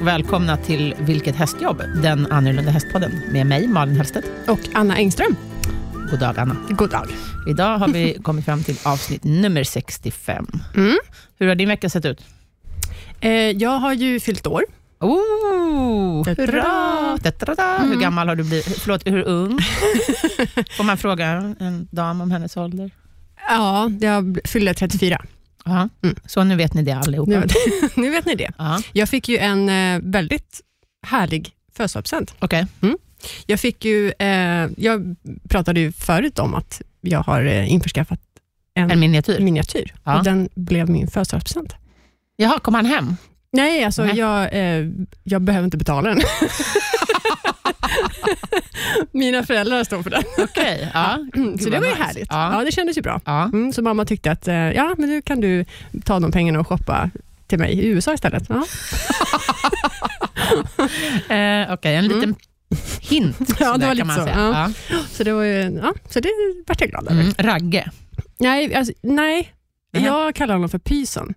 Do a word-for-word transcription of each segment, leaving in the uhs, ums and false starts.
välkomna till Vilket hästjobb, den annorlunda hästpodden med mig, Malin Hellstedt. Och Anna Engström. God dag, Anna. God dag. Idag har vi kommit fram till avsnitt nummer sextiofem. Mm. Hur har din vecka sett ut? Eh, jag har ju fyllt år. Oh, hurra! Mm. Hur gammal har du blivit? Förlåt, hur ung? Får man fråga en dam om hennes ålder? Ja, jag fyllde trettiofyra. Ja, mm. Så nu vet ni det allihopa. Nu, nu vet ni det. Aha. Jag fick ju en eh, väldigt härlig födelsedagspresent. Okej. Okay. Mm. Jag fick ju, eh, jag pratade ju förut om att jag har eh, införskaffat en, en miniatyr. miniatyr Ja. Och den blev min födelsedagspresent. Jaha, kom han hem? Nej, alltså Nej. Jag, eh, jag behöver inte betala den. Mina föräldrar står för den. Okej, okay, ja. Mm, så det var ju nice. härligt. Ja. Ja, det kändes ju bra. Ja. Mm, så mamma tyckte att eh, ja, men nu kan du ta de pengarna och shoppa till mig i U S A istället. Ja. eh, Okej, okay, en liten mm. hint. Ja, det var lite kan man så. säga. Ja. Ja. Så det var ju, ja, så det vart jag glad över. Mm, Ragge. Nej, alltså, nej. Mm. Jag kallar honom för Pysen.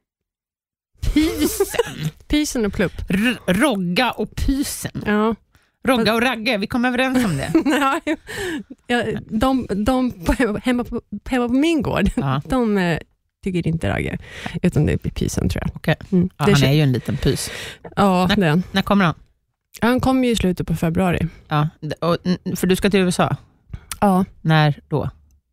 Pysen? Pysen och Plupp. R- Rogga och Pysen. Ja. Rogga och Ragge, vi kom överens om det. Nej, ja, de de på, hemma, på, hemma på min gård, Ja. de eh, tycker inte Ragge, utan det blir Pysen, tror jag. Okay. Mm. Ja, det han kän- är ju en liten pys. Ja, när, den. när kommer han? Han kommer ju i slutet på februari. Ja, och, för du ska till U S A? Ja. När då?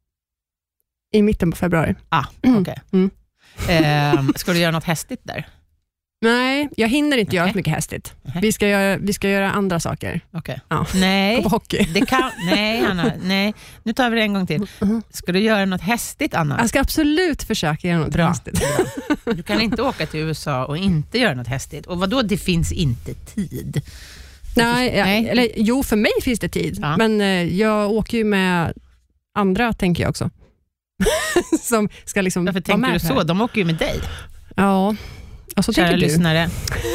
I mitten på februari. Ah, okej. Okay. Mm. Eh, ska du göra något hästigt där? Nej, jag hinner inte Nej. göra så mycket hästigt. Nej. Vi ska göra, vi ska göra andra saker. Okej. Ja. Nej. Gå på hockey. Det kan, nej, Anna. Nej. Nu tar vi det en gång till. Ska du göra något hästigt, Anna? Jag ska absolut försöka göra något Bra. hästigt. Bra. Du kan inte åka till U S A och inte göra något hästigt. Och vadå, det finns inte tid? Nej, jag, Nej. Eller, jo, för mig finns det tid. Ja. Men eh, jag åker ju med andra, tänker jag också. Som ska liksom Varför vara tänker med du här. så? De åker ju med dig. Ja, och så Kära tänker du. lyssnare.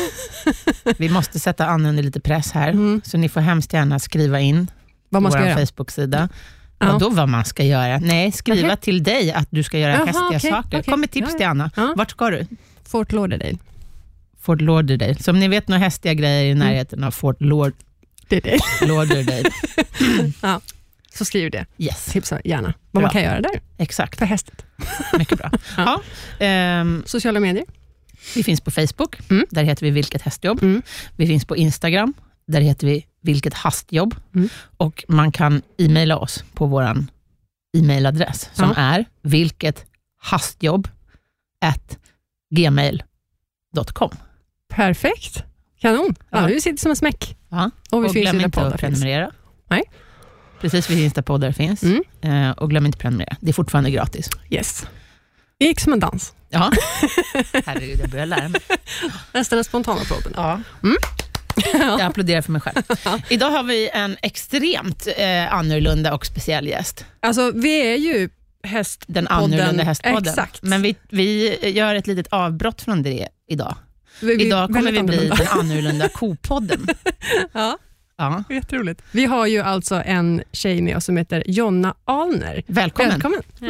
Vi måste sätta Anna under lite press här. Mm. Så ni får hemskt gärna skriva in Vad man på ska vår göra. Facebook-sida. Ja. Och då vad man ska göra? Nej, skriva Nähä. till dig att du ska göra Jaha, hästiga okej, saker. okej. Kom med tips Ja, ja. till Anna. Ja. Vart ska du? Fort Lauderdale. Fort Lauderdale. Så om ni vet några hästiga grejer i närheten av Fort Lord- Det är det. Lauderdale. Ja. Så skriv det. Yes, Tipsa gärna. Vad Bra. man kan göra där. exakt. För hästet. Mycket bra. Ja. ehm, Sociala medier. vi finns på Facebook. Mm. Där heter vi Vilket hästjobb. Mm. Vi finns på Instagram. Där heter vi Vilket hastjobb. Mm. Och man kan e-maila oss på våran e-mailadress som Ja. är vilket hastjobb at gmail dot com. Perfekt. Kanon. Ja, Ja. vi sitter som en smäck. Ja. Och vi Och finns glöm ju där inte poddar att finns. prenumerera. Nej. Precis, vi finns där poddar finns. Mm. Eh, och glöm inte att prenumerera. Det är fortfarande gratis. Yes. Det gick som en dans. Ja. Herregud, jag börjar lära mig. Nästan en spontan applåd. Ja. Mm. Jag applåderar för mig själv. Idag har vi en extremt eh, annorlunda och speciell gäst. Alltså, vi är ju häst. Den annorlunda hästpodden. Exakt. Men vi, vi gör ett litet avbrott från det idag. Vi, vi, Idag kommer vi väldigt bli annorlunda. den annorlunda kopodden. Ja, Ja. jätteroligt. Vi har ju alltså en tjej med oss som heter Jonna Alner. Välkommen. Välkommen. Ja.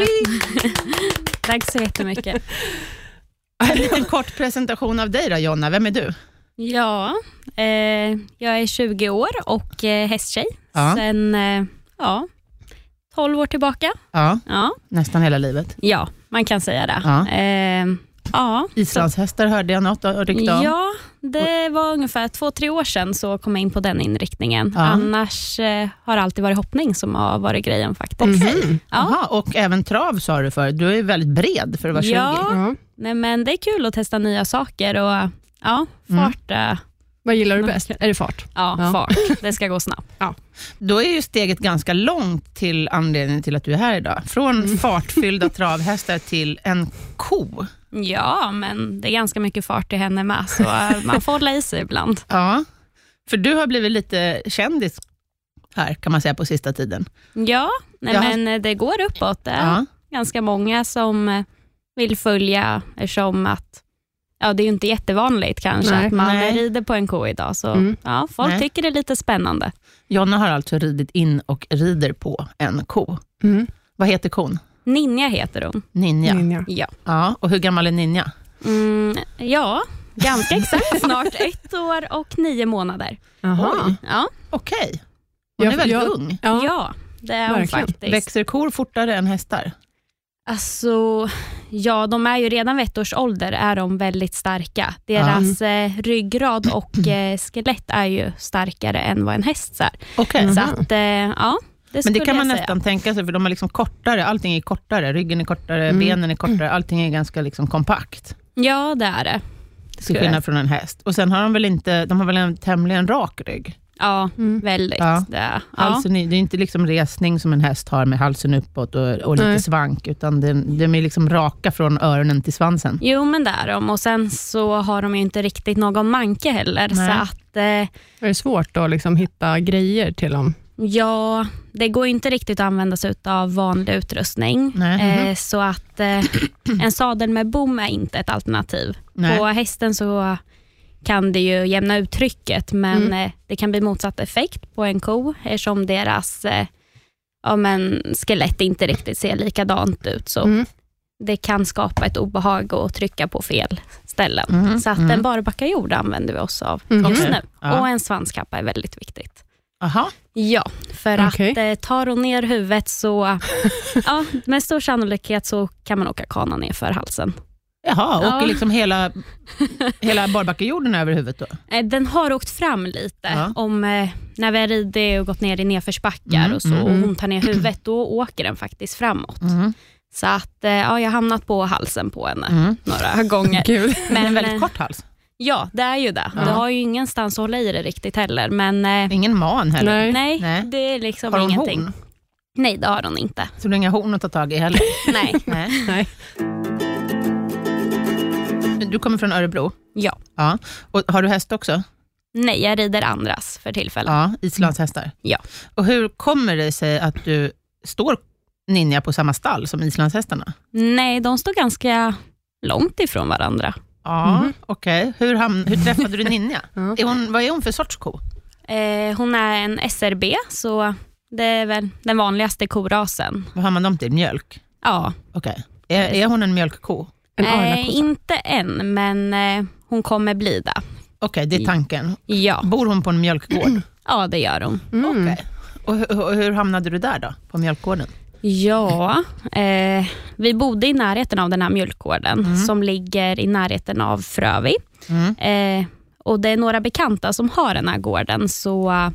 Tack så jättemycket. En liten kort presentation av dig då, Jonna. Vem är du? Ja, eh, jag är tjugo år och eh, hästtjej. Ja. Sen eh, ja, tolv år tillbaka. Ja, Ja, nästan hela livet. ja man kan säga det. Ja. Eh, ja. Islandshästar hörde jag något och rykte om. Ja, det var ungefär två, tre år sedan så kom jag in på den inriktningen. Ja. Annars eh, har det alltid varit hoppning som har varit grejen faktiskt. Mhm. Ja. Aha, och även trav sa du för. Du är väldigt bred för att vara tjugo. Ja. Ja. Nej, men det är kul att testa nya saker och ja, fart. eh, Vad gillar du bäst? Är det fart? Ja, Ja. fart. Det ska gå snabbt. Då är ju steget ganska långt till anledningen till att du är här idag. Från Mm. fartfyllda travhästar till en ko. Ja, men det är ganska mycket fart i henne med, så eh, man får hålla i sig ibland. Ja, för du har blivit lite kändis här kan man säga på sista tiden. Ja, nej, Jag har- men eh, det går uppåt. Det är Ja, ganska många som eh, vill följa, eftersom att ja, det är ju inte jättevanligt kanske Nej. att man Nej. rider på en ko idag. Så Mm. ja, folk Nej. tycker det är lite spännande. Jonna har alltså ridit in och rider på en ko. Mm. Vad heter kon? Ninja heter hon. Ninja. Ninja. Ja, Ja, och hur gammal är Ninja? mm, ja Ganska exakt snart ett år och nio månader. Aha. Ja. Okej. Hon Jag- är väldigt jag- ung. Ja. ja, det är hon Verkligen. faktiskt. Växer kor fortare än hästar? Alltså, ja, de är ju redan vid ett års ålder är de väldigt starka. Deras eh, ryggrad och eh, skelett är ju starkare än vad en häst är. Okej. Mm. Så att, eh, ja, det Men skulle det kan man jag nästan säga. tänka sig, för de är liksom kortare. Allting är kortare. Ryggen är kortare, Mm. benen är kortare. Allting är ganska liksom kompakt. Ja, det är det. Till Skulle skillnad jag- från en häst. Och sen har de väl inte, de har väl en tämligen rak rygg. Ja, Mm. väldigt. Ja. Det, ja. Halsen är, det är inte liksom resning som en häst har med halsen uppåt och, och lite Nej. svank, utan de, de är liksom raka från öronen till svansen. Jo, men det är de. Och sen så har de ju inte riktigt någon manke heller. Nej. Så att, eh, Är det svårt att liksom hitta grejer till dem? ja, det går ju inte riktigt att använda sig av vanlig utrustning. Nej. Eh, så att eh, en sadel med bom är inte ett alternativ. Nej. På hästen så kan det ju jämna ut trycket, men Mm. eh, det kan bli motsatt effekt på en ko eftersom deras eh, ja, men skelett inte riktigt ser likadant ut. Så Mm. det kan skapa ett obehag och trycka på fel ställen. Mm, Så att mm. en barbacka-jord använder vi oss av Mm. just Okej. nu. Ja. Och en svanskappa är väldigt viktigt. Aha. Ja, för Okej. att eh, tar hon ner huvudet så ja, med stor sannolikhet så kan man åka kana ner för halsen. Jaha, Ja. åker liksom hela, hela barbackajorden över huvudet då? Eh, Den har åkt fram lite Ja. om eh, när vi har ridit och gått ner i nedförsbackar Mm, och så mm, och mm. hon tar ner huvudet, då åker den faktiskt framåt. Mm. Så att eh, ja, jag har hamnat på halsen på henne Mm. några gånger. Kul. Men en väldigt eh, kort hals. Ja, det är ju det. Ja. Du har ju ingenstans att hålla i det riktigt heller. Men eh, Ingen man heller. Nej. nej, Nej. det är liksom Har hon ingenting. horn? Nej, det har hon inte. Så det är inga horn att ta tag i heller? Nej. Nej. Nej. Du kommer från Örebro? Ja. Ja. Och har du häst också? Nej, jag rider andras för tillfället. Ja, islandshästar. Ja. Och hur kommer det sig att du står ninja på samma stall som islandshästarna? Nej, de står ganska långt ifrån varandra. Ja, Mhm. okej. Hur, hamn- hur träffade du Ninja? Ja. Är hon, vad är hon för sorts ko? Eh, hon är en S R B, så det är väl den vanligaste korasen. Vad har man dem till? Mjölk? Ja, Okej. Är, är hon en mjölkko? En eh, arlakossa. inte än, men eh, hon kommer bli det. Okej, det är tanken. Ja, Bor hon på en mjölkgård? ja det gör hon. Mm. Okej. Och, hur- och hur hamnade du där då, på mjölkgården? Ja, eh, vi bodde i närheten av den här mjölkgården Mm. som ligger i närheten av Frövi. Mm. Eh, och det är några bekanta som har den här gården, så uh,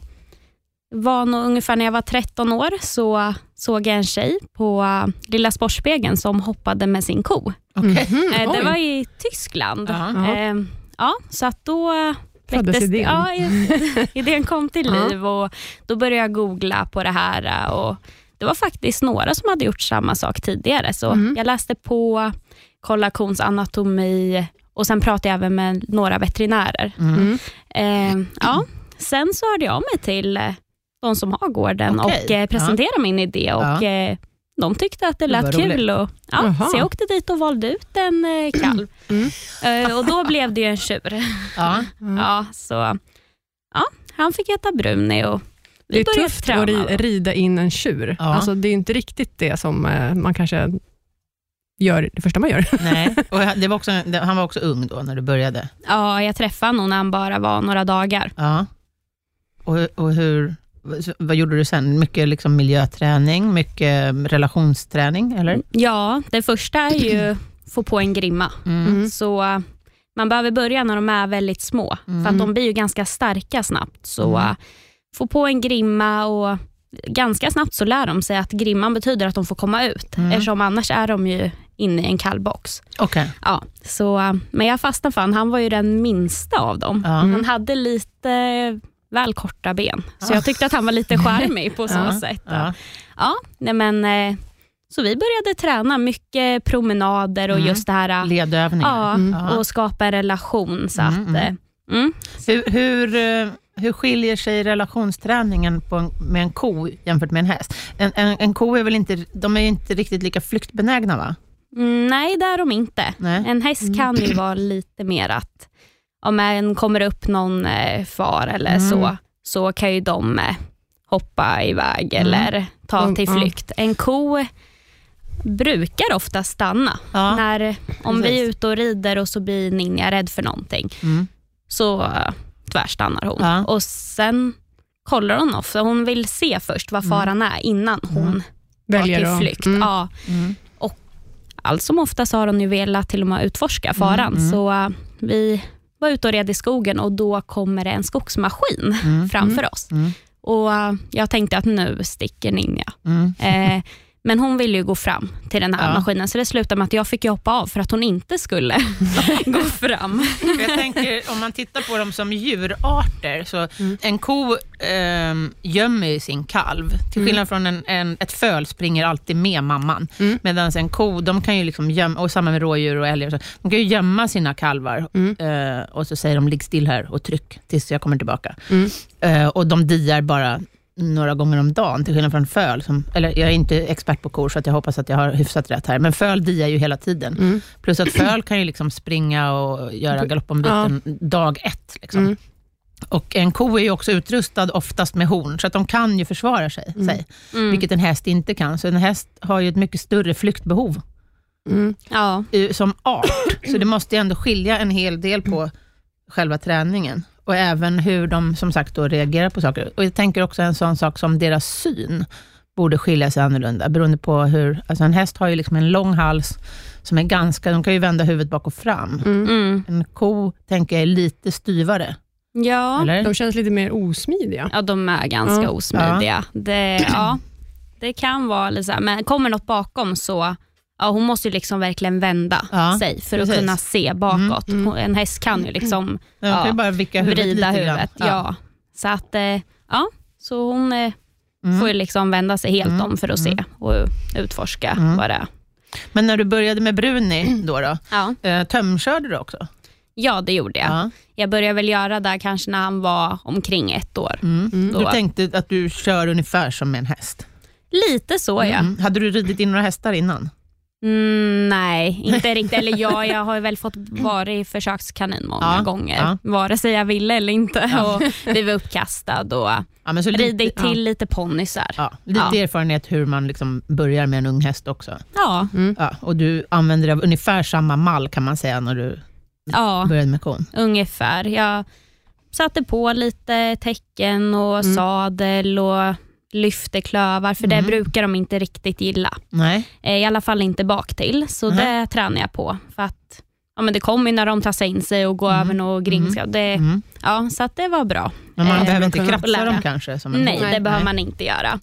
var nog ungefär när jag var tretton år så uh, såg jag en tjej på uh, Lilla Sportspegeln som hoppade med sin ko. Okej. Mhm. Eh, det Oj. var i Tyskland. Ja. Eh, ja, så att då uh, Föddes väcktes- idén. Ja, i- idén kom till Ja. liv och då började jag googla på det här uh, och det var faktiskt några som hade gjort samma sak tidigare, så Mm. jag läste på, kolla kons anatomi och sen pratade jag även med några veterinärer. Mm. Mm. Eh, ja, sen så hörde jag mig till eh, de som har gården Okej, och eh, presenterade min idé och Ja. eh, de tyckte att det Det lät var kul. Och, ja, Jaha. så jag åkte dit och valde ut en eh, kalv. Mm. Eh, och då blev det ju en tjur. Ja. Ja, så ja, han fick äta Bruni och vi Det är började tufft träna. att ri- rida in en tjur. Ja. Alltså, det är inte riktigt det som eh, man kanske gör det första man gör. Nej. Och det var också, det- han var också ung då när du började? Ja, jag träffade honom när han bara var några dagar. Ja. Och, och hur, vad gjorde du sen? Mycket liksom miljöträning, mycket relationsträning, eller? Ja, det första är ju få på en grimma. Mm. Mm. Så uh, man behöver börja när de är väldigt små. Mm. För att de blir ju ganska starka snabbt. Så Mm. uh, få på en grimma och ganska snabbt så lär de sig att grimman betyder att de får komma ut. Mm. Eftersom annars är de ju inne i en kallbox. Okej. Ja, så, uh, men jag fastnade för han. Han var ju den minsta av dem. Ja. Han hade lite väl korta ben. Så Ah. jag tyckte att han var lite charmig på så Ja. sätt. Ja. Ja, nej men eh, så vi började träna mycket promenader och Mm. just det här Ledövningar. ja, Mm. Ja. och skapa en relation så Mm, att mm. eh, mm. Hur, hur, eh, hur skiljer sig relationsträningen på en, med en ko jämfört med en häst? En, en, en ko är väl inte, de är ju inte riktigt lika flyktbenägna, va? Mm, nej, det är de inte. Nej. En häst kan ju vara lite mer att om en kommer upp någon eh, far eller Mm. så, så kan ju de eh, hoppa iväg Mm. eller ta Mm, till ja. flykt. En ko brukar ofta stanna. Ja. När, om Precis. vi är ute och rider och så blir Ninja rädd för någonting, Mm. så uh, tvärstannar hon. Ja. Och sen kollar hon ofta. Hon vill se först vad faran är innan hon Mm. tar Väljer till att- flykt. Mm. Ja. Mm. Allt som oftast har hon ju velat till och med utforska faran. Mm, mm. Så uh, vi var ute och red i skogen och då kommer det en skogsmaskin Mm. framför oss. Mm. Och uh, jag tänkte att nu sticker Ninja. Mm. Eh, men hon ville ju gå fram till den här Ja. maskinen, så det slutade med att jag fick ju hoppa av för att hon inte skulle gå fram. Jag tänker, om man tittar på dem som djurarter, så Mm. en ko ähm, gömmer ju sin kalv. Till skillnad från en, en, ett föl springer alltid med mamman. Mm. Medan en ko, de kan ju liksom gömma, och samma med rådjur och älgar, så, de kan ju gömma sina kalvar. Mm. Eh, och så säger de, ligg still här och tryck tills jag kommer tillbaka. Mm. Eh, och de diar bara några gånger om dagen, till skillnad från föl. Som, eller jag är inte expert på kor, så att jag hoppas att jag har hyfsat rätt här. Men föl diar ju hela tiden. Mm. Plus att föl kan ju liksom springa och göra galoppombyten dag ett. Liksom. Mm. Och en ko är ju också utrustad oftast med horn, så att de kan ju försvara sig, Mm. sig Mm. vilket en häst inte kan. Så en häst har ju ett mycket större flyktbehov Mm. Ja. eh, som art. Så det måste ju ändå skilja en hel del på själva träningen. Och även hur de, som sagt, då reagerar på saker. Och jag tänker också en sån sak som deras syn borde skilja sig annorlunda, beroende på hur, alltså en häst har ju liksom en lång hals som är ganska, de kan ju vända huvudet bak och fram. Mm. Mm. En ko, tänker jag, är lite styvare. Ja. Eller? De känns lite mer osmidiga. ja, de är ganska Ja. osmidiga. Det, ja, det kan vara lite så här, men kommer något bakom så ja, hon måste ju liksom verkligen vända Ja, sig för precis. att kunna se bakåt. Mm, mm. Hon- En häst kan ju liksom De kan ju ja, bara vicka huvudet vrida lite huvudet. grann. Ja. Så att, eh, ja, så hon eh, Mm. får ju liksom vända sig helt Mm. om för att Mm. se och utforska Mm. vad det är. Men när du började med Bruni då, då Ja. eh, tömkörde du också? ja, det gjorde jag. Ja. Jag började väl göra det kanske när han var omkring ett år. Mm. Mm. Du Då. tänkte att du kör ungefär som med en häst? Lite så, ja. Mm. Hade du ridit in några hästar innan? Mm, nej, inte riktigt. Eller ja, jag har ju väl fått vara i försökskanin många Ja, gånger. ja. Vare sig jag ville eller inte. Ja. Och blivit uppkastad och Ja, men så ridit lite, till ja. lite ponnysar. Ja, lite Ja. erfarenhet hur man liksom börjar med en ung häst också. Ja, Mm. Ja, och du använder av ungefär samma mall, kan man säga, när du ja, började med kon. ungefär. Jag satte på lite tecken och Mm. sadel och lyfte klövar, för Mm. det brukar de inte riktigt gilla. Nej. Eh, I alla fall inte bak till, så Nej. det tränar jag på. För att ja, men det kommer när de tassar in sig och går Mm. över något grimska. Det, Mm. ja, så att det var bra. Men man Eh, behöver inte kunna kratsa lära. dem kanske? Som en Nej, hon. det behöver man inte göra.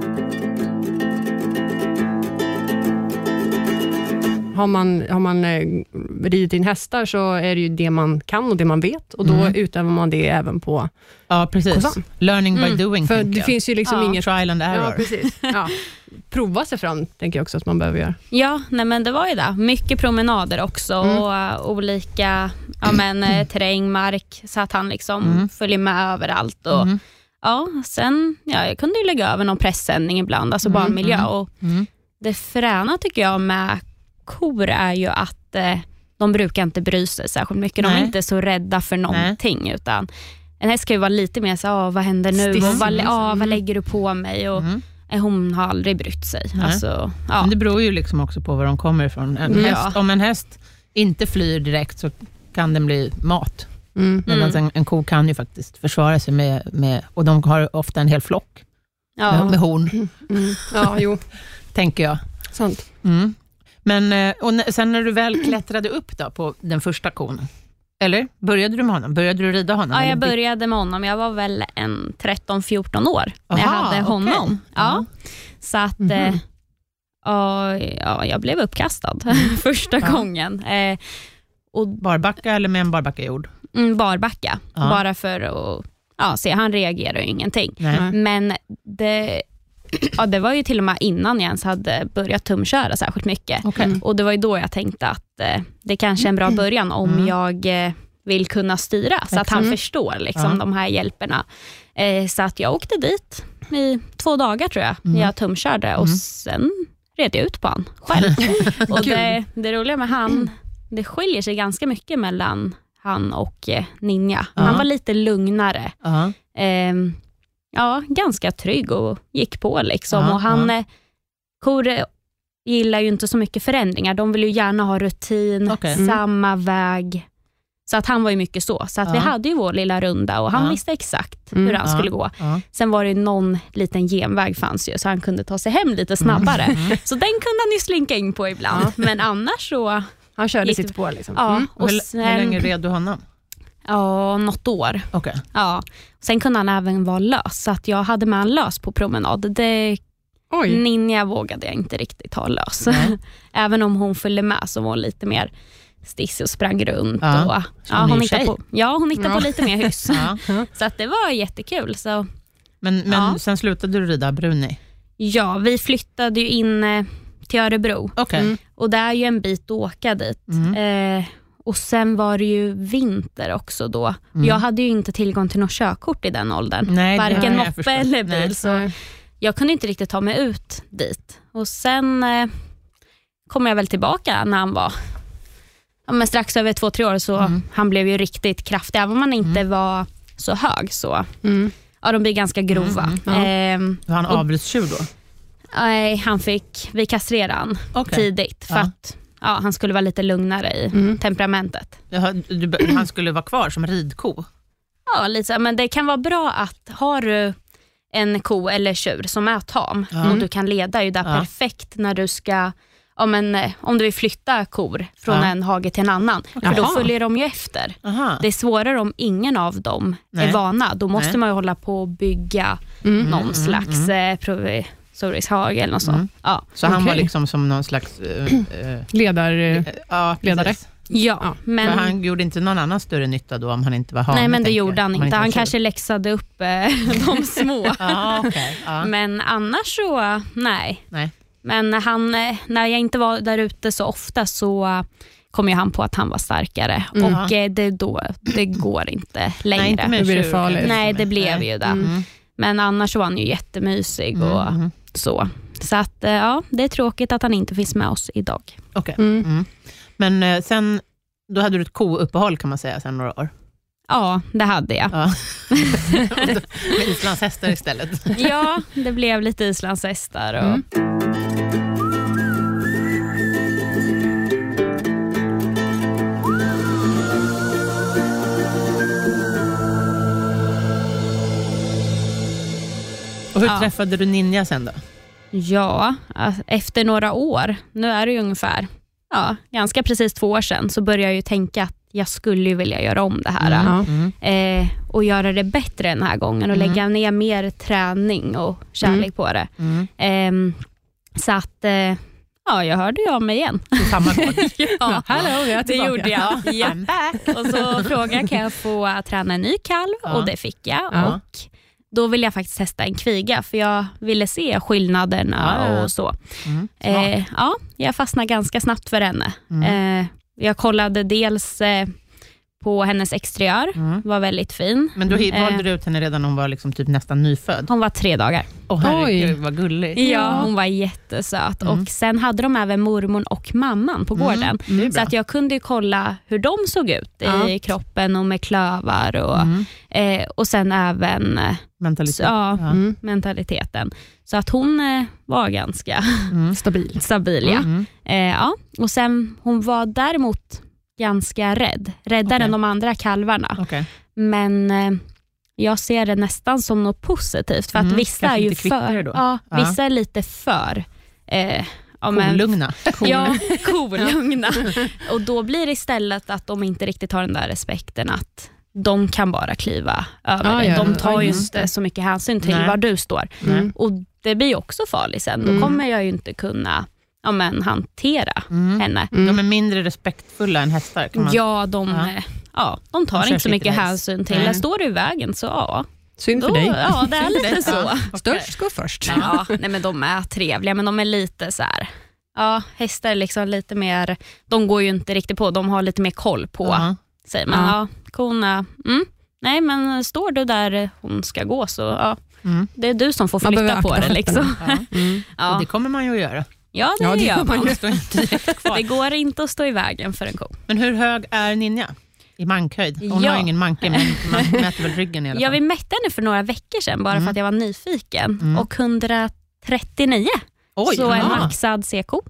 Har man, har man eh, ridit in hästar så är det ju det man kan och det man vet. Och då Mm. utövar man det även på Ja, precis. kossan. Learning by Mm. doing, För tänker det jag. finns ju liksom Ja. inget... Trial and error. Ja, precis. Ja. Prova sig fram, tänker jag också att man behöver göra. Ja, nej men det var ju det. Mycket promenader också Mm. och uh, olika ja, men, uh, terrängmark så att han liksom Mm. följer med överallt. Och, Mm. ja, sen, ja, jag kunde ju lägga över någon pressändning ibland, alltså Mm, barnmiljö. mm. Och Mm. det fräna tycker jag med kor är ju att eh, de brukar inte bry sig särskilt mycket. De Nej. är inte så rädda för någonting. Utan en häst ska ju vara lite mer så ah, vad händer nu? Still, Och vad, liksom. ah, vad Mm. lägger du på mig? Och, Mm. eh, hon har aldrig brytt sig. Nej. Alltså, ja. Men det beror ju liksom också på var de kommer ifrån. En Mm. häst, om en häst inte flyr direkt så kan den bli mat. Mm. Medan Mm. en, en ko kan ju faktiskt försvara sig med, med, och de har ofta en hel flock Ja. med, med horn, Mm. Ja, jo. tänker jag. Sant. Mm. Men eh, och n- sen när du väl klättrade upp då på den första kon, eller började du med honom? Började du rida honom? Ja, eller jag by- började med honom. Jag var väl en tretton fjorton år när jag Aha, hade honom. okej. Ja. Så att Mhm. eh, ja, ja, jag blev uppkastad första Ja. gången. Eh, och Barbacka eller med en barbacka-jord? mm, barbacka. Ja. Bara för att ja, se, han reagerar ju ingenting. Nej. Nej. Men det, ja, det var ju till och med innan jag ens hade börjat tumköra särskilt mycket. Okej. Mm. Och det var ju då jag tänkte att eh, det kanske är en bra början om Mm. jag eh, vill kunna styra. Så att han Mm. förstår liksom, Ja. de här hjälperna. Eh, så att jag åkte dit i två dagar tror jag. Mm. När jag tumkörde och Mm. sen red jag ut på han själv. och det, det roliga med han, det skiljer sig ganska mycket mellan han och eh, Ninja. Ja. Han var lite lugnare. Ja. Ehm, ja, ganska trygg och gick på liksom. Ja, och han ja. eh, kor gillar ju inte så mycket förändringar. De vill ju gärna ha rutin, Okay. samma väg. Så att han var ju mycket så. Så att Ja. vi hade ju vår lilla runda och han Ja. visste exakt Mm. hur han Ja. skulle gå. Ja. Sen var det någon liten genväg fanns ju så han kunde ta sig hem lite snabbare. Mm. Så den kunde han ju slinka in på ibland. Ja. Men annars så... Han körde Gick sitt det- spår liksom. Ja, Mm. och hur, sen, hur länge red du honom? Ja, något år. Okay. Ja. Sen kunde han även vara lös. Så att jag hade med han lös på promenad. Det Oj. Ninja vågade jag inte riktigt ha lös. Nej. Även om hon följde med så var hon lite mer stissig och sprang runt. Ja. Och, Så ja, hon är hon ju hittade tjej. på, ja, hon hittade Ja. på lite mer hyss. Ja. Så att det var jättekul. Så, Men, men Ja. sen slutade du rida Bruni? ja, vi flyttade ju in eh, till Örebro. Okej. Mm. Och det är ju en bit att åka dit. Mm. Eh, och sen var det ju vinter också då. Mm. Jag hade ju inte tillgång till något körkort i den åldern. Nej, det Varken har jag moppe förstått. eller Nej. bil. Så jag kunde inte riktigt ta mig ut dit. Och sen eh, kom jag väl tillbaka när han var ja, men strax över två, tre år. Så Mm. han blev ju riktigt kraftig. Även om man inte Mm. var så hög så. Mm. Ja, de blir ganska grova. Mm, ja. Ehm, Var han Och- avbrytstjur då? nej, han fick, vi kastrerade han Okej. tidigt. För Ja. att ja, han skulle vara lite lugnare i Mm. temperamentet. Jaha, du, han skulle vara kvar som ridko? Ja, lite så, men det kan vara bra att har du en ko eller tjur som är tam Ja. och du kan leda ju där Ja. perfekt när du ska, ja, men, eh, om du vill flytta kor från Ja. en hage till en annan. För då Jaha. följer de ju efter. Aha. Det är svårare om ingen av dem Nej. är vana. Då måste Nej. man ju hålla på och bygga Mm. någon mm, slags mm. provisorisk hage eller något sånt. Mm. Ja. Så han var Okej. liksom som någon slags... Uh, uh, Ledar... eh, ja, Ledare. precis. Ja, Ja, men... För han gjorde inte någon annan större nytta då om han inte var hane? Nej, men det tänker gjorde jag. han Om inte. Han var tjur. kanske läxade upp eh, de små. Ja, okej. Ja. Men annars så, nej. Nej. Men han, eh, när jag inte var där ute så ofta så eh, kom ju han på att han var starkare. Mm. Och eh, det, då, det går inte längre. Nej, inte med Då blir det tjur, farligt. kanske. Nej, det blev Nej. ju det. Mm. Men annars var han ju jättemysig och Mm. så. Så att, eh, ja, det är tråkigt att han inte finns med oss idag. Okej. Mm. Mm. Men eh, sen, då hade du ett kouppehåll kan man säga sen några år. Ja, det hade jag. Ja. Med islandshästar istället. Ja, det blev lite islandshästar. Och, Mm. Och hur Ja. träffade du Ninja sen då? Ja, efter några år, nu är det ju ungefär ja, ganska precis två år sedan, så började jag ju tänka att jag skulle ju vilja göra om det här. Ja. Mm. Eh, och göra det bättre den här gången och Mm. lägga ner mer träning och kärlek på det. Mm. Eh, så att eh, ja, jag hörde ju av mig igen. På samma gång. Ja, Hallå, jag är det tillbaka. gjorde jag. Ja. I'm back. Och så frågade jag, kan jag få träna en ny kalv? Ja. Och det fick jag. Ja. Och då ville jag faktiskt testa en kviga, för jag ville se skillnaderna Ja, ja, ja. och så. Mm. Eh, ja, jag fastnade ganska snabbt för henne. Mm. Eh, jag kollade dels eh, på hennes exteriör, Mm. var väldigt fin. Men då hi- Eh. valde du ut henne redan när hon var liksom typ nästan nyfödd? Hon var tre dagar. Åh herregud, Oj. vad gulligt. Ja, hon var jättesöt. Mm. Och sen hade de även mormon och mamman på gården. Mm, det är Så bra. att jag kunde ju kolla hur de såg ut Ja. i kroppen och med klövar. Och, Mm. eh, och sen även eh, Mentalitet. ja, Ja. Mm. mentaliteten. Så att hon eh, var ganska Mm. Stabil. stabil. Ja. Mm. Eh, ja. Och sen, hon var däremot ganska rädd. Räddare Okej. än de andra kalvarna. Okej. Men eh, jag ser det nästan som något positivt. För att Mm, vissa kanske är ju lite kvickare för... då. Ja, Ja. vissa är lite för... Eh, ja, men- Kolugna. Ja, kolugna. Och då blir det istället att de inte riktigt har den där respekten att de kan bara kliva över Ja, dig. ja, De tar ja, ju just inte det. så mycket hänsyn till Nej. var du står. Mm. Och det blir ju också farligt sen. Då Mm. kommer jag ju inte kunna ja, men, hantera Mm. henne. De är mindre respektfulla än hästar kan man Ja, de, Ja. ja. Ja, de tar De kör inte så sig mycket inte hänsyn till. Nej. Där står du i vägen så ja. Synd för Då, dig. ja, det är lite så. Ja, okej. Störst går först. Ja, nej, men de är trevliga, men de är lite så här. Ja, hästar är liksom lite mer, de går ju inte riktigt på, de har lite mer koll på, Ja. säger man. Ja. Ja, korna, mm. Nej, men står du där hon ska gå så ja, Mm. det är du som får Man flytta behöver på akta det liksom. Ja. Mm. Och Ja, det kommer man ju att göra. ja det Ja, det gör gör man man. ju. Står inte direkt kvar. Det går inte att stå i vägen för en ko. Men hur hög är Ninja? I mankhöjd? Hon Ja. har ingen manke, men man mäter väl ryggen i alla Ja, fall. vi mätte henne för några veckor sedan bara Mm. för att jag var nyfiken. Mm. Och hundratrettionio Oj, så en aha. maxad C-ko.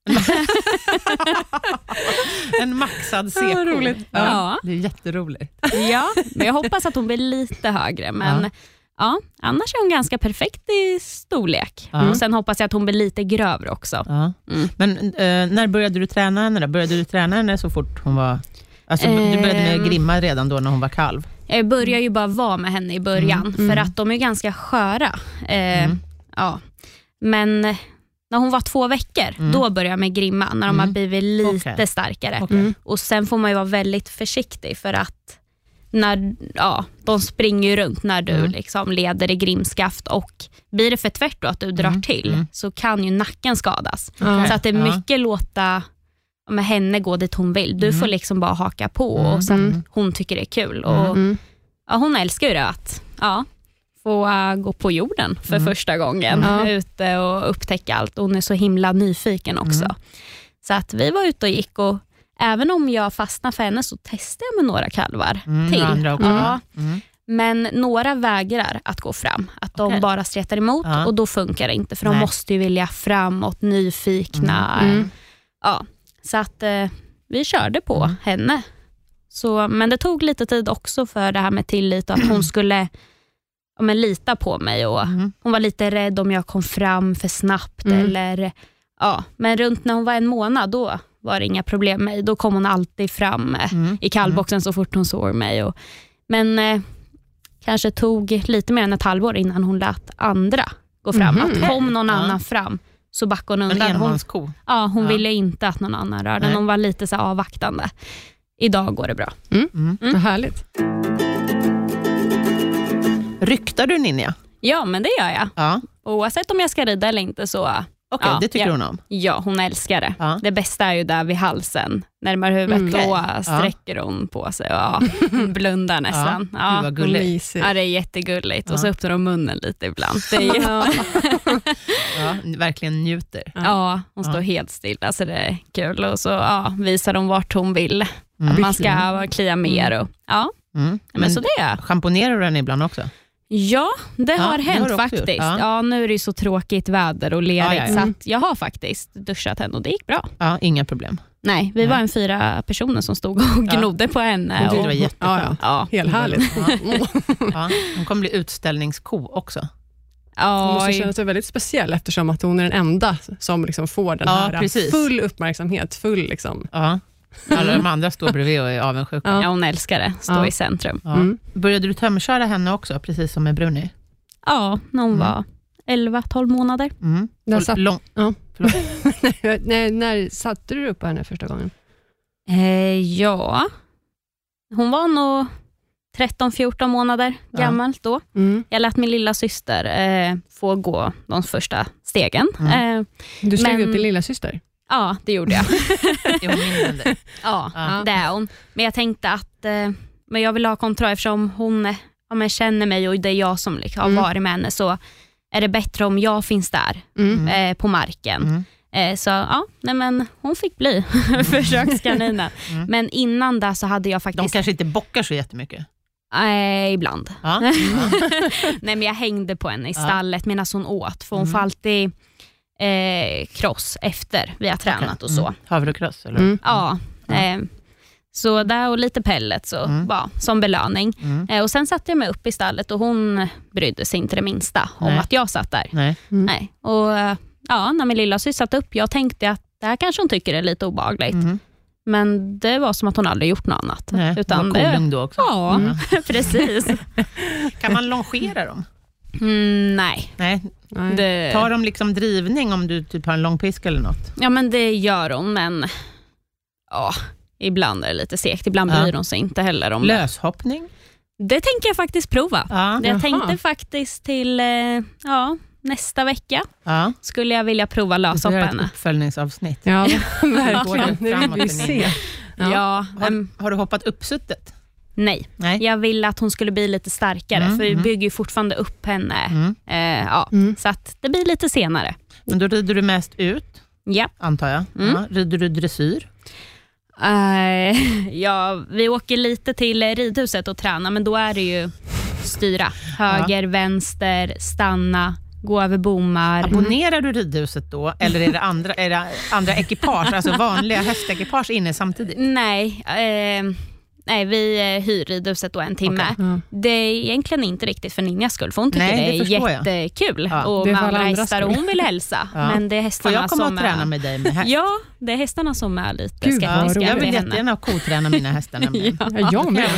En maxad C K. Ja, roligt. Ja, Ja. det är jätteroligt. Ja, men jag hoppas att hon blir lite högre. Men Ja. ja, annars är hon ganska perfekt i storlek. Ja. Och sen hoppas jag att hon blir lite grövre också. Ja. Mm. Men eh, när började du träna henne då? Började du träna henne så fort hon var... Alltså, du började med Ehm. grimma redan då när hon var kalv? Jag börjar ju bara vara med henne i början. Mm, För mm. att de är ganska sköra. Eh, Mm. ja. Men när hon var två veckor, Mm. då började jag med grimma. När de Mm. har blivit lite Okej. starkare. Okej. Mm. Och sen får man ju vara väldigt försiktig. För att när, ja, de springer ju runt när du Mm. liksom leder i grimskaft. Och blir det för tvärt då att du drar Mm. till, Mm. så kan ju nacken skadas. Ja. Så att det är Ja. mycket låta med henne gå dit hon vill. Du Mm. får liksom bara haka på. Mm. Och så att Mm. hon tycker det är kul. Och Mm. ja, hon älskar ju det att ja, få uh, gå på jorden för Mm. första gången. Ja. Ute och upptäcka allt. Hon är så himla nyfiken också. Mm. Så att vi var ute och gick, och även om jag fastnade för henne så testade jag med några kalvar Mm, till. andra också. Ja, Mm. men några vägrar att gå fram. Att de Okej. bara stretar emot, Ja. och då funkar det inte. För Nej. de måste ju vilja framåt, nyfikna. Mm. Mm. Ja, så att eh, vi körde på Mm. henne. Så, men det tog lite tid också för det här med tillit, och att hon skulle ja, men, lita på mig. Och Mm. hon var lite rädd om jag kom fram för snabbt. Mm. Eller, ja. Men runt när hon var en månad, då var det inga problem med mig. Då kom hon alltid fram eh, Mm. i kallboxen så fort hon såg mig. Och, men eh, kanske tog lite mer än ett halvår innan hon lät andra gå fram. Mhm. Att kom någon Ja. annan fram, så backade hon En undan. Hon, enmansko. ja, hon Ja. ville inte att någon annan rörde. Nej. Hon var lite så här avvaktande. Idag går det bra. Mm. Mm. Vad härligt. Ryktar du Ninja? Ja, men det gör jag. Ja. Oavsett om jag ska rida eller inte, så Okej, Ja, det tycker ja. hon om. ja, hon älskar det. Ja. Det bästa är ju där vid halsen. Närmare huvudet, Mm. då Okej. sträcker hon på sig och ja, blundar nästan. Gud, Ja. vad gulligt. Mysigt. Ja, det är jättegulligt. Ja. Och så öppnar de munnen lite ibland. Det är, Ja. Ja, verkligen njuter. ja, hon står Ja. helt stilla, så det är kul. Och så ja, visar de vart hon vill. Mm. Man ska klia mer. Och, ja, Mm. men, Men så det är. schamponerar du den ibland också? Ja, det Ja, har det hänt har du också faktiskt. gjort. Ja. Ja. nu är det ju så tråkigt väder och lerigt, Ja, ja, ja. så att jag har faktiskt duschat henne och det gick bra. Ja, inga problem. Nej, vi Nej. var en fyra personer som stod och Ja. gnodde på henne. Hon tyckte det Och, var jätteskönt. ja, Helt härligt. Ja. Ja, hon kommer bli utställningsko också. Hon ja, måste känna sig väldigt speciell, eftersom att hon är den enda som liksom får den Ja, här precis. full uppmärksamhet. Full liksom. Ja. Alla de andra står bredvid och är avundsjuka. Ja. ja, hon älskar det. Stå Ja. i centrum. Ja. Mm. Började du tömköra henne också, precis som med Bruni? Ja, när hon Mm. var elva tolv månader. Mm. När Och satt- lång... Ja. Förlåt. när, när satte du upp på henne första gången? Eh, ja, hon var nog tretton fjorton månader Ja. gammal då. Mm. Jag lät min lilla syster eh, få gå de första stegen. Mm. Eh, Du slog Men- upp din lilla syster. ja, det gjorde jag. Är hon mindre än dig? Ja, Ja. det är hon. Men jag tänkte att eh, men jag vill ha kontroll, eftersom hon eh, ja, men känner mig och det är jag som liksom, har Mm. varit med henne, så är det bättre om jag finns där Mm. eh, på marken. Mm. Eh, så ja, nej, men hon fick bli försökskaninen. Mm. Men innan det så hade jag De faktiskt kanske inte bockar så jättemycket. eh, ibland. Ja. Nej, men jag hängde på henne i Ja. stallet medan hon åt, för hon Mm. får alltid eh, kross efter vi har tränat och så. Mm. Havrekross eller? Mm. Ja, Ja. eh, så där och lite pellets så, Mm. ja, som belöning. Mm. Eh, och sen satte jag mig upp i stallet och hon brydde sig inte det minsta om Nej. att jag satt där. Nej. Mm. Nej. Och eh, ja, när min lilla syster satt upp, jag tänkte att det här kanske hon tycker är lite obehagligt. Mm. Men det var som att hon aldrig gjort något annat. Nej. Utan det var det, cooling då också. ja, Mm. precis. Kan man longera dem? Mm, nej. Nej. Nej. Det, Tar de liksom drivning om du typ har en långpiska eller något? ja, men det gör hon, men ja, ibland är det lite segt. Ibland Ja. bryr hon sig inte heller om det. Löshoppning? Det tänker jag faktiskt prova. Ja. Jag Jaha. tänkte faktiskt till eh, ja, nästa vecka Ja. skulle jag vilja prova Du får löshoppa göra ett henne. uppföljningsavsnitt. Ja, Går verkligen. det Nu vill framåt vi eller se. ner? Ja, Ja. Har, em, har du hoppat uppsuttet? nej. Nej. Jag ville att hon skulle bli lite starkare, Mm, för vi mm. bygger ju fortfarande upp henne. Mm. Eh, ja, Mm. så att det blir lite senare. Men då rider du mest ut, Ja. antar jag. Mm. Ja. Rider du dressyr? Eh, ja, vi åker lite till ridhuset och tränar, men då är det ju styra. Höger, vänster, stanna, gå över bommar. Abonnerar du ridhuset då? Eller är det andra, är det andra ekipage, alltså vanliga hästekipage inne samtidigt? Nej, eh, nej vi hyr ridhuset då en timme. Okay. Mm. Det är egentligen inte riktigt för Ninjas skull, för hon tycker Nej, det, det är jättekul. Ja. Och Det är med för alla andra andra hästar och skull. hon vill hälsa. Ja. Men det är Får hästarna jag komma som och träna är... med dig med häst? Ja, det är hästarna som är lite Gud, vad skeptiska roligt. Jag vill med henne. jättegärna koträna mina hästar nämligen. Ja. Ja, jag med.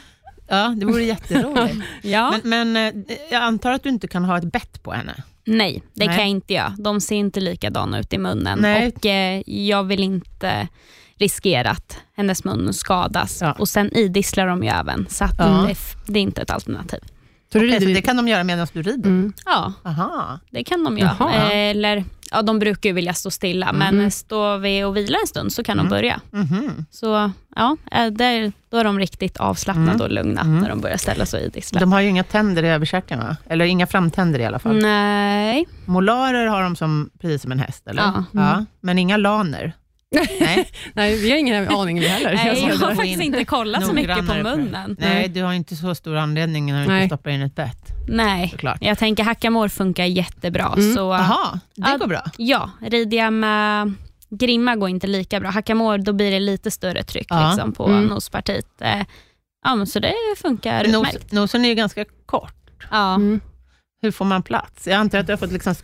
Ja, det vore jätteroligt. Ja. Men, men eh, jag antar att du inte kan ha ett bett på henne. Nej, det Nej. kan jag inte göra. De ser inte likadana ut i munnen. Nej. Och eh, jag vill inte riskera att hennes mun skadas. Ja. Och sen idisslar de ju även. Så att Ja. det, är f- det är inte ett alternativ. Så du Okej, så rider det kan de göra medan du rider? Mm. Ja, Aha. det kan de göra. Jaha. Eller, ja, de brukar ju vilja stå stilla. Men står vi och vilar en stund så kan Mm. de börja. Mhm. Så ja, eh, där, då är de riktigt avslappnade Mm. och lugna Mm. när de börjar ställa sig och idissla. De har ju inga tänder i överkäken, va? Eller inga framtänder i alla fall. Nej. Molarer har de som, precis som en häst, eller? Ja. Ja, men inga laner. Nej, Nej, vi har ingen aning vi heller. Nej, sa jag det. har faktiskt inte kollat så mycket på Noggrannare för- munnen. Nej, du har inte så stor anledning när du Nej. inte stoppar in ett bett. Nej, Såklart. jag tänker hackamore funkar jättebra. Mm. Så Jaha, det Ja. går bra. ja, rider jag med grimma går inte lika bra. Hackamore, då blir det lite större tryck Ja. liksom, på Mm. nospartiet. Eh, ja, men så det funkar Nos, utmärkt. nosen är ju ganska kort. Ja. Mm. Hur får man plats? Jag antar att du har fått liksom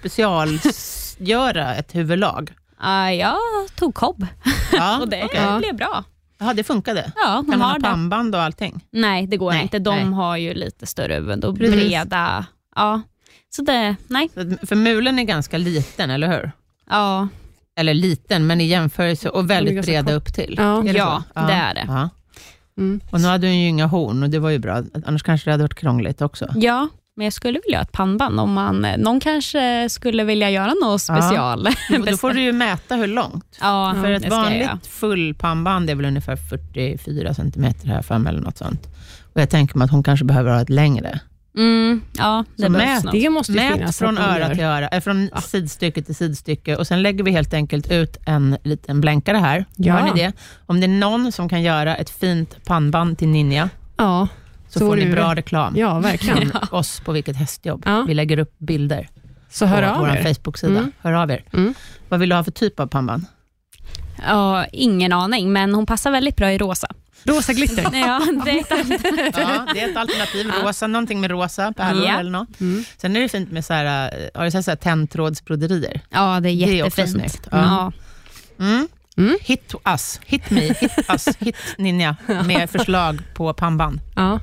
specialgöra ett huvudlag. Ja, jag tog kobb Ja, och det okej. Ja. blev bra. Jaha, det funkade. Ja, hon Kan man har ha det. pannband och allting? Nej, det går Nej, inte. De nej. har ju lite större huvud och Precis. breda. Ja, så det, nej. Så, att- för mulen är ganska liten, eller hur? Ja, Eller liten, men i jämförelse och väldigt ganska breda kort. upp till. Ja. Är det Ja, så? det är det. Ja. Mm. Och nu hade hon ju inga horn och det var ju bra. Annars kanske det hade varit krångligt också. ja, men jag skulle vilja ha ett pannband om man, någon kanske skulle vilja göra något special. Då, då får du ju mäta hur långt. Ja, För ett det ska jag göra. vanligt full pannband är väl ungefär fyrtiofyra centimeter här för mig eller något sånt. Och jag tänker mig att hon kanske behöver ha ett längre. Mm, ja, det Så behövs mät nog. Det måste ju Mät finnas. från att man öra gör. till öra, äh, från sidstycke till sidstycke och sen lägger vi helt enkelt ut en liten blänkare här. Ja. Hör ni det? Om det är någon som kan göra ett fint pannband till Ninja Ja, så, Så får ni vore bra det. reklam. ja, verkligen. Oss på Vilket hästjobb. Ja. Vi lägger upp bilder Så hör på av vår er. Facebook-sida. Mm. Hör av er. Mm. Vad vill du ha för typ av pannband? Ja, ingen aning, men hon passar väldigt bra i rosa. Rosa glitter. Ja, det är ett annat. Ja, det är ett alternativ. Rosa, någonting med rosa pärlor Ja. eller något. Mm. Sen är det fint med så här, äh, har du sett så här tändtrådsbroderier? Ja, det är Det är också jättefint. snyggt. Ja. Ja. Mm. Mm. Hit us, hit me, hit us, hit Ninja med förslag på pannband. Ja.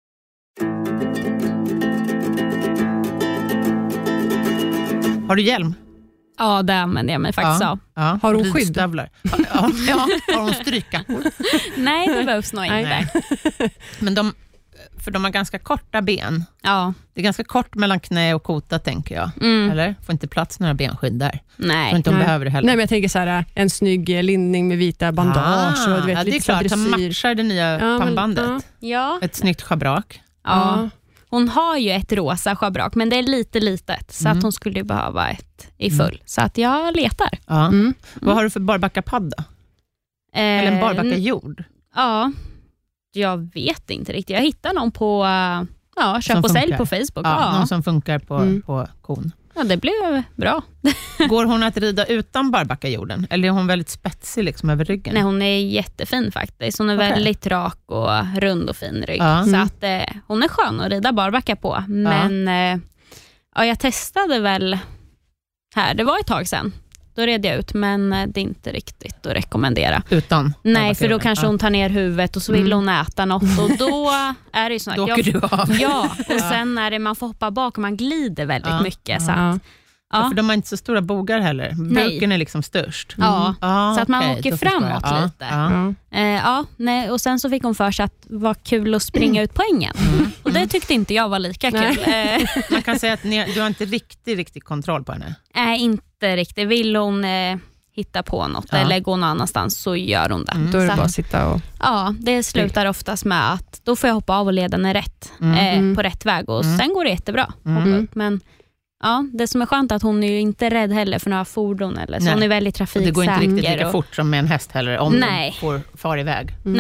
Har du hjälm? ja, det använder jag mig faktiskt av. Ja. Har hon skydd? Ridstövlar. Ja, ja, ja, har hon stryka? Nej, det behövs nog inte. Nej. Men de, för de har ganska korta ben. Ja. Det är ganska kort mellan knä och kota, tänker jag. Mm. Eller? Får inte plats några benskydd där. Jag tror Nej. inte de Nej. behöver det heller. Nej, men jag tänker så här, en snygg eh, linning med vita bandage och du vet, ja, det är lite så här klart, som dressyr. matchar det nya Ja, men- pannbandet. ja. Ja. Ett snyggt schabrak. Ja. Hon har ju ett rosa schabrak, men det är lite litet. Så Mm. att hon skulle ju behöva ett i full. Så att jag letar. Ja. Mm. Vad har du för barbackapadd då? Eller en Eh, barbacka-jord? Ja, jag vet inte riktigt. Jag hittar någon på uh, ja, köp Som och sälj funkar. på Facebook. Ja, Ja, någon som funkar på, Mm. på kon. ja, det blev bra. Går hon att rida utan barbacka-jorden? Eller är hon väldigt spetsig liksom över ryggen? Nej, hon är jättefin faktiskt. Hon är Okej. väldigt rak och rund och fin rygg. Ja. Så Mm. att eh, hon är skön att rida barbacka på. Men eh, ja, jag testade väl här. Det var ett tag sedan. Då red jag ut, men eh, det är inte riktigt att rekommendera. Utan Nej, för då barbacka-jorden? kanske Ja. hon tar ner huvudet och så vill Mm. hon äta något. Och då är det ju så att Då jag, åker du av. ja, och sen är det man får hoppa bak och man glider väldigt Ja. mycket. Så, Ja. att, Ja, ja, för de har inte så stora bogar heller. Buken är liksom störst. ja. Ah, Så att man okej, åker då förstår jag. framåt Ja, lite. Ja. Ja. Eh, ja, nej, och sen så fick hon för sig att det var kul att springa ut på ängen. Och det tyckte inte jag var lika kul. Eh, Man kan säga att ni, du har inte riktigt, riktigt kontroll på henne. Nej, inte riktigt. Vill hon eh, hitta på något Ja. eller gå någon annanstans så gör hon det. Mm. Då är det Så bara att, att sitta och... ja, det slutar oftast med att då får jag hoppa av och leda den rätt, Mm. eh, Mm. på rätt väg och Mm. sen går det jättebra. Mm. Hoppa upp. Men ja, det som är skönt är att hon är ju inte rädd heller för några fordon eller så. Nej. Hon är väldigt Och trafiksäker. det går inte riktigt lika och, fort som med en häst heller om Nej. de får far iväg. Mm. Nej,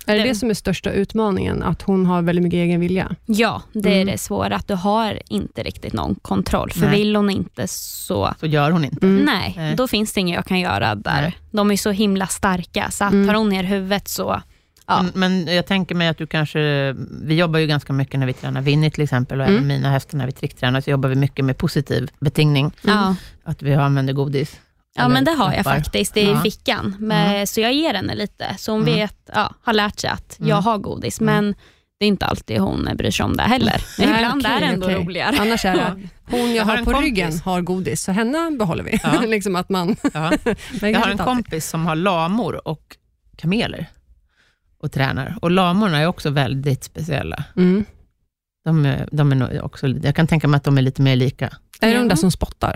Är det det som är största utmaningen? Att hon har väldigt mycket egen vilja? Ja, det är Mm. det svåra. Att du har inte riktigt någon kontroll. För Nej. vill hon inte så... Så gör hon inte. Mm. Nej, Nej. då finns det inget jag kan göra där. Nej. De är så himla starka. Så att Mm. tar hon ner huvudet så... Ja. Men, men jag tänker mig att du kanske... Vi jobbar ju ganska mycket när vi tränar Winnie till exempel. Och Mm. även mina hästar när vi tricktränar. Så jobbar vi mycket med positiv betingning. Ja. Att vi använder godis. Ja, Eller men det har jag lappar. faktiskt. Det är i Ja. fickan. Men, Mm. Så jag ger henne lite. Så hon Mm. vet, ja, har lärt sig att Mm. jag har godis. Mm. Men det är inte alltid hon bryr sig om det heller. Men Nej, ibland okej, är det ändå okej. roligare. Annars är det hon jag, Jag har har en på kompis. ryggen har godis, så henne behåller vi. Ja. liksom att man... Ja. Jag har en kompis som har lamor och kameler. Och tränar. Och lamorna är också väldigt speciella. Mm. De är, de är nog också, jag kan tänka mig att de är lite mer lika. Är det Ja. de där som spottar?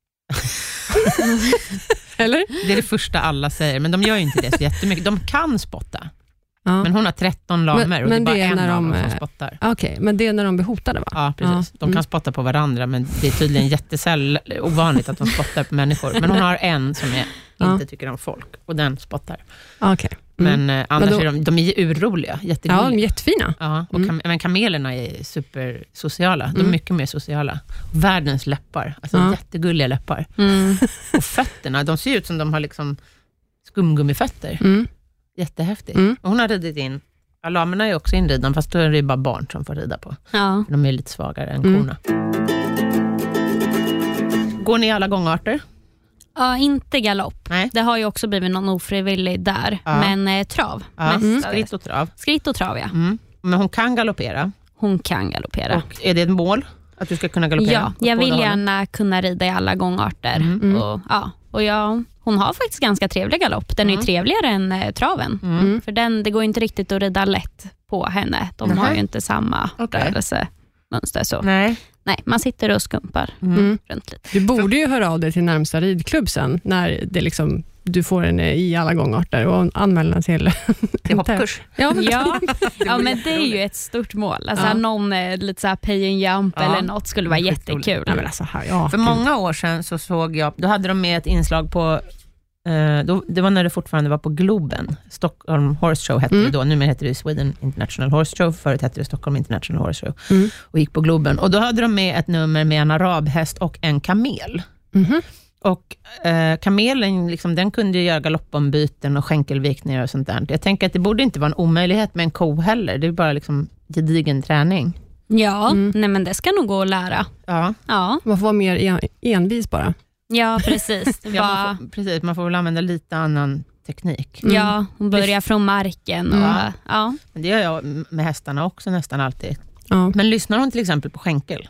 Eller? Det är det första alla säger, men de gör ju inte det så jättemycket. De kan spotta, Ja. men hon har tretton lamer Men- och men det är bara det är en när av de, dem som eh, spottar. Okej, men det är när de blir hotade, va? Ja, precis. Ja. De kan Mm. spotta på varandra, men det är tydligen jättesäll ovanligt att de spottar på människor. Men hon har en som är, Ja. inte tycker om folk, och den spottar. Okej. Mm. Men eh, annars Men då- är de, de är ju urroliga, Ja, jättegulliga. de är jättefina. Ja, och Mm. kam- men kamelerna är supersociala. De är Mm. mycket mer sociala. Världens läppar, alltså Ja. jättegulliga läppar. Mm. Och fötterna, de ser ut som de har liksom skumgummifötter. Mm. Jättehäftigt. Mm. Och hon har ridit in, ja, lamerna är också inridna, fast då är det ju bara barn som får rida på. Ja. De är lite svagare än Mm. korna. Går ni alla gångarter? ja, inte galopp. Nej. Det har ju också blivit någon ofrivillig där. Ja. Men eh, trav. Ja. Mest. Skritt och trav. Skritt och trav, ja. Mm. Men hon kan galoppera. Hon kan galoppera. Och är det ett mål att du ska kunna galoppera? Ja, åt jag båda vill hållen? gärna kunna rida i alla gångarter. Mm. Mm. Och, ja, och jag, hon har faktiskt ganska trevlig galopp. Den är Mm. ju trevligare än eh, traven. Mm. Mm. För den, det går inte riktigt att rida lätt på henne. De Nähä. har ju inte samma Okej. rörelsemönster. Så. Nej. Nej, man sitter och skumpar Mm. Mm. runt lite. Du borde ju höra av dig till närmsta ridklubb sen, när det liksom, du får en i alla gångarter och anmäla till... Till hoppkurs. Ja, men, Ja, Det ja vore men det är ju jätteroligt. ett stort mål. Alltså Ja. någon eh, lite så här pay and jump Ja. eller något skulle vara Skitroligt. jättekul. ja, men alltså, här, ja, För gud. många år sedan så såg jag, då hade de med ett inslag på, eh, då, det var när det fortfarande var på Globen. Stockholm Horse Show hette Mm. det då, nu heter det Sweden International Horse Show, förut hette det Stockholm International Horse Show, Mm. och gick på Globen. Och då hade de med ett nummer med en arabhäst och en kamel. Mhm. Och eh, kamelen, liksom, den kunde ju göra galoppombyten och skänkelvikningar och sånt där. Jag tänker att det borde inte vara en omöjlighet med en ko heller, det är bara liksom gedigen träning. Ja, Mm. nej men det ska nog gå att lära. Ja, Ja, Man får vara mer en, envis bara. ja precis. Det ja var, man får, precis, man får väl använda lite annan teknik. Mm. ja, hon börjar från marken. Och, Ja. ja. Men det gör jag med hästarna också nästan alltid. Ja. Men lyssnar hon till exempel på skänkel?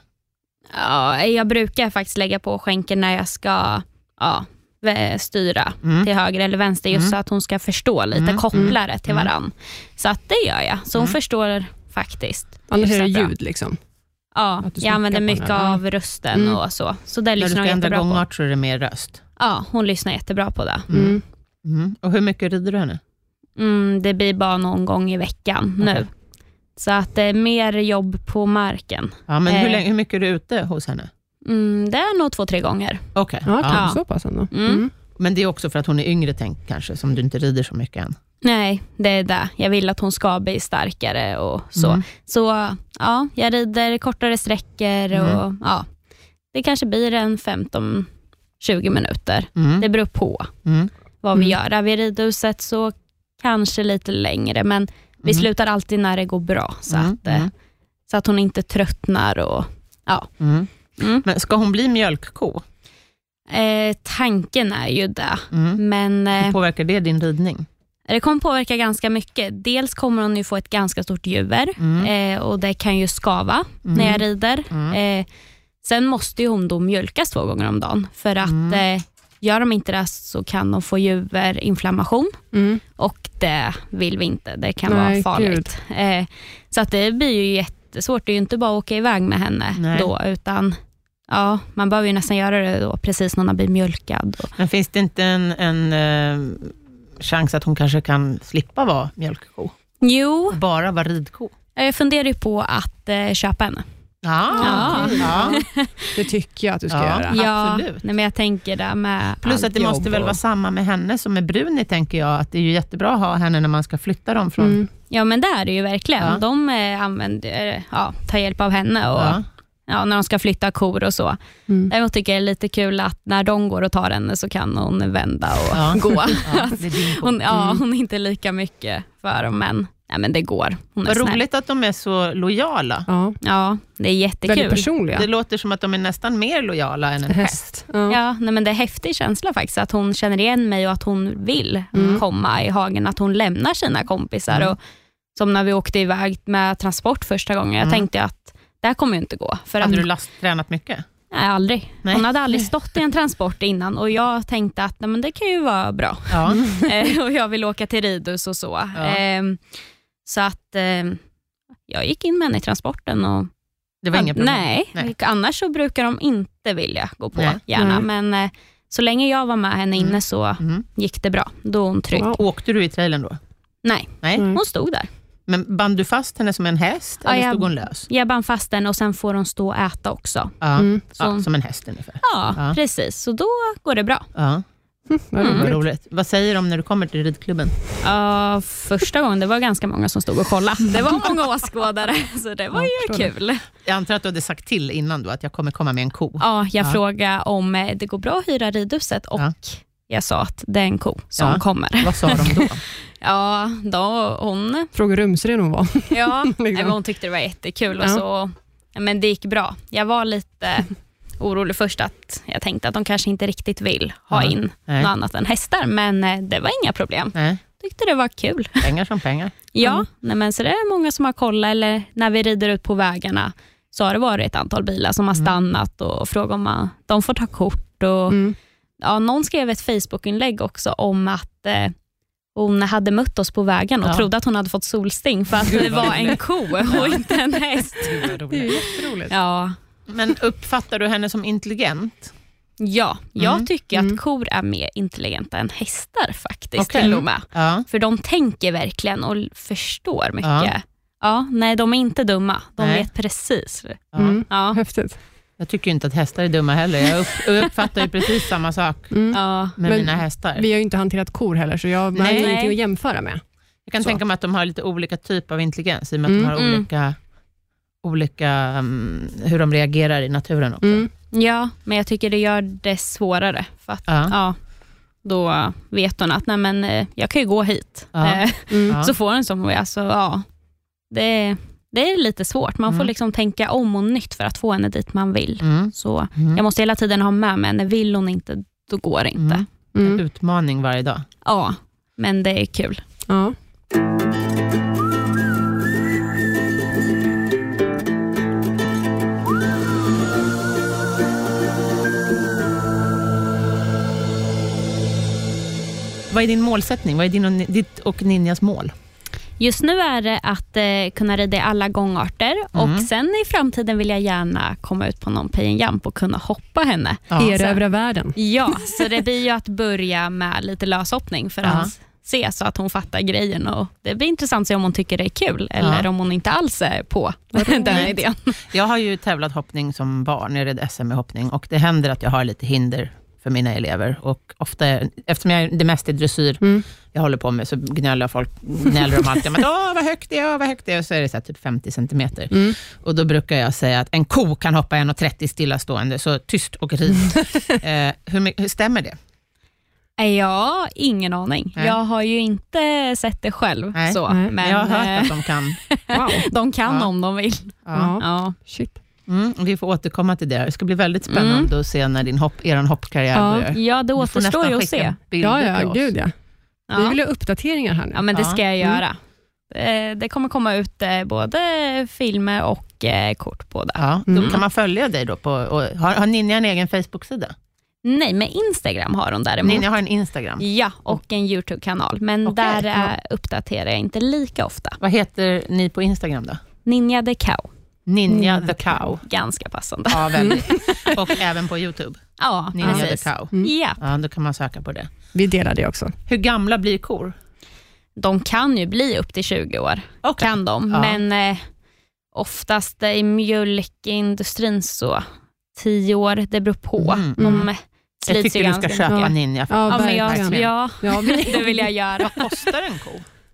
Ja, jag brukar faktiskt lägga på skänken när jag ska ja, vä- styra Mm. till höger eller vänster, just Mm. så att hon ska förstå lite, Mm. koppla det till Mm. varann. Så att det gör jag. Så hon Mm. förstår faktiskt. Annars är det hyfsat bra. ljud liksom. Ja, Att du jag använder smackar på mycket den, ja. av rösten Mm. och så. Så det När du lyssnar ska hon ändra jättebra på. gångart så är det mer röst. Ja, hon lyssnar jättebra på det. Mm. Mm. Mm. Och hur mycket rider du henne? Mm, det blir bara någon gång i veckan Okej. nu. Så att det är mer jobb på marken. Ja, men hur, Eh. länge, hur mycket är du ute hos henne? Mm, det är nog två, tre gånger. Okej. Ja, Ja. ja. Så pass ändå. Mm. Mm. Men det är också för att hon är yngre, tänk, kanske, som du inte rider så mycket än. Nej, det är det. Jag vill att hon ska bli starkare och så. Mm. Så ja, jag rider kortare sträckor och Mm. ja, det kanske blir en femton tjugo minuter. Mm. Det beror på Mm. vad vi Mm. gör. Är vi i ridhuset så kanske lite längre, men vi Mm. slutar alltid när det går bra. Så, Mm. att, eh, Mm. så att hon inte tröttnar. Och, ja. Mm. Mm. Men ska hon bli mjölkko? Eh, tanken är ju det. Mm. Men Hur eh, påverkar det din ridning? det kommer påverka ganska mycket. Dels kommer hon ju få ett ganska stort juver. Mm. Eh, och det kan ju skava Mm. när jag rider. Mm. Eh, sen måste ju hon då mjölkas två gånger om dagen. För att Mm. eh, gör de inte det så kan de få juverinflammation. Mm. Och det vill vi inte. Det kan Nej, vara farligt. Eh, så att det blir ju jättesvårt. Det är ju inte bara att åka iväg med henne Nej. då. Utan ja, man behöver ju nästan göra det då precis när hon har blivit mjölkad. Och, Men finns det inte en, en eh, chans att hon kanske kan slippa vara mjölkko? jo, Bara vara ridko? jag funderar ju på att eh, köpa henne. Ja, Ja. okej. Ja. Det tycker jag att du ska Ja. göra. Ja, absolut. nej, men jag tänker det med Plus allt att det måste jobb väl och- vara samma med henne som med Bruni, tänker jag. Att det är ju jättebra att ha henne när man ska flytta dem från Mm. Ja, men det är det ju verkligen. Ja. De eh, använder, ja, tar hjälp av henne och Ja. ja, när de ska flytta kor och så. Mm. Däremot tycker jag det är lite kul att när de går och tar henne så kan hon vända och Ja. gå. Ja, det är din ko. Hon, ja, hon är inte lika mycket för dem, men, nej, men det går. Hon är Vad snäll. roligt att de är så lojala. Ja, Ja, det är jättekul. väldigt personliga. Det låter som att de är nästan mer lojala än en häst. Häst. Ja. Ja, nej, men det är en häftig känsla faktiskt att hon känner igen mig och att hon vill Mm. komma i hagen, att hon lämnar sina kompisar. Mm. Och som när vi åkte iväg med transport första gången, jag Mm. tänkte att det här kommer ju inte gå. För att, Hade du lasttränat mycket? nej, aldrig. Nej. Hon hade aldrig stått i en transport innan och jag tänkte att nej, men det kan ju vara bra. Ja. Eh, och jag vill åka till ridhus och så. Ja. Ehm, så att eh, jag gick in med henne i transporten och Det var inga problem? nej, Nej. annars så brukar de inte vilja gå på Nej. gärna. Nej. Men eh, så länge jag var med henne inne Mm. så Mm. gick det bra. Då är hon trygg. Wow. Åkte du i trailern då? Nej, Nej. Mm. hon stod där. Men band du fast henne som en häst Ja, eller jag- stod hon lös? Jag band fast den och sen får hon stå och äta också. Ja. Mm. Så, Ja, ja, som en häst ungefär. Ja. precis. Så då går det bra. Ja. Vad Mm. Vad roligt. roligt. Vad säger de när du kommer till ridklubben? Ja, första gången det var ganska många som stod och kollade. Det var många åskådare, så det var Ja, ju förstår det. kul. Jag antar att du hade sagt till innan då att jag kommer komma med en ko. Ja, jag Ja. frågade om eh, det går bra att hyra ridhuset och Ja. jag sa att det är en ko som Ja. kommer. Vad sa de då? Ja, då hon, Fråga rumsren hon var. ja, Liksom. nej, men hon tyckte det var jättekul och Ja. så, ja, men det gick bra. Jag var lite orolig först att jag tänkte att de kanske inte riktigt vill ha Ja. in Nej. något annat än hästar, men eh, det var inga problem. Nej, Tyckte det var kul. pengar som pengar. Ja, Mm. nej, men så det är många som har kollat, eller när vi rider ut på vägarna så har det varit ett antal bilar som har Mm. stannat och frågat om man, de får ta kort. Och, Mm. ja, någon skrev ett Facebook-inlägg också om att eh, hon hade mött oss på vägen och Ja. trodde att hon hade fått solsting för att det Gud, vad var en ko och inte en häst. Det är ju jätteroligt. Ja, Men uppfattar du henne som intelligent? ja jag Mm. tycker Mm. att kor är mer intelligenta än hästar faktiskt. Okej. Till och med. Ja. För de tänker verkligen och förstår mycket. Ja. Ja. Ja, nej, de är inte dumma. De Nej. vet precis. Ja. Mm. Ja. Häftigt. Jag tycker ju inte att hästar är dumma heller. Jag upp, jag uppfattar ju precis samma sak Mm. Ja. med Men mina hästar. Vi har ju inte hanterat kor heller, så jag har Nej. ingenting att jämföra med. Jag kan Så. tänka mig att de har lite olika typ av intelligens i och med att Mm. de har Mm. olika, olika um, hur de reagerar i naturen också. Mm. Ja, men jag tycker det gör det svårare. För att, Ja. ja, då vet hon att nej, men, eh, jag kan ju gå hit. Ja. Eh, Mm. Ja. Så får hon som hon är. Alltså, ja, det, det är lite svårt. Man får Mm. liksom tänka om och nytt för att få henne dit man vill. Mm. Så Mm. jag måste hela tiden ha med mig henne. Vill hon inte, då går det inte. Mm. En Mm. utmaning varje dag. Ja, men det är kul. Ja. Vad är din målsättning? Vad är din och, ditt och Ninjas mål? Just nu är det att eh, kunna rida i alla gångarter Mm. och sen i framtiden vill jag gärna komma ut på någon pay and jump och kunna hoppa henne. Ja. Erövra världen. Ja, så det blir ju att börja med lite löshoppning för Ja. att se så att hon fattar grejen och det blir intressant att se om hon tycker det är kul eller Ja. om hon inte alls är på den idén. Jag har ju tävlat hoppning som barn. Jag red S M i hoppning och det händer att jag har lite hinder för mina elever. Och ofta, eftersom jag är det mest i dressyr Mm. jag håller på med, så gnäller folk gnäller de alltid om att åh vad högt det är, åh, vad högt det är. Och så är det så här, typ femtio centimeter. Mm. Och då brukar jag säga att en ko kan hoppa en trettio stillastående, så tyst och rid. eh, hur, my- hur stämmer det? Ja, ingen aning. Nej. Jag har ju inte sett det själv. Nej. Så, Nej. men jag har hört eh, att de kan. Wow. de kan Ja. om de vill. Ja. Ja. Ja. Shit. Mm, vi får återkomma till det. Det ska bli väldigt spännande Mm. att se när din hopp, er hoppkarriär Ja. börjar. ja, det Du får återstår nästan ju att skicka se. bilder Ja, till ja, oss. gud ja. Vi Ja. vill ha uppdateringar här nu. Ja, men det Ja. ska jag Mm. göra. Eh, Det kommer komma ut eh, både filmer och eh, kort på det. Ja, då Mm. kan man följa dig då på, och har, har Ninja en egen Facebook-sida? Nej, men Instagram har hon däremot. Ninja har en Instagram. Ja, och en YouTube-kanal. Men Okej, där ja. eh, uppdaterar jag inte lika ofta. Vad heter ni på Instagram då? Ninja the Cow. Ninja Ninja the Cow. Ganska passande. Ja, väldigt. Och även på YouTube. Ja, Ninja precis. the Cow. Mm. Ja, Ja, då kan man söka på det. Vi delar det också. Hur gamla blir kor? de kan ju bli upp till tjugo år. Okej. Kan de. Ja. Men eh, oftast i mjölkindustrin så tio år, det beror på. Mm. De Mm. Jag slits tycker ju du ska ganska köpa mycket. Ninja. För Ja, Ja, men jag, verkligen. ja, Ja, vi, det vill jag göra. Vad kostar en ko?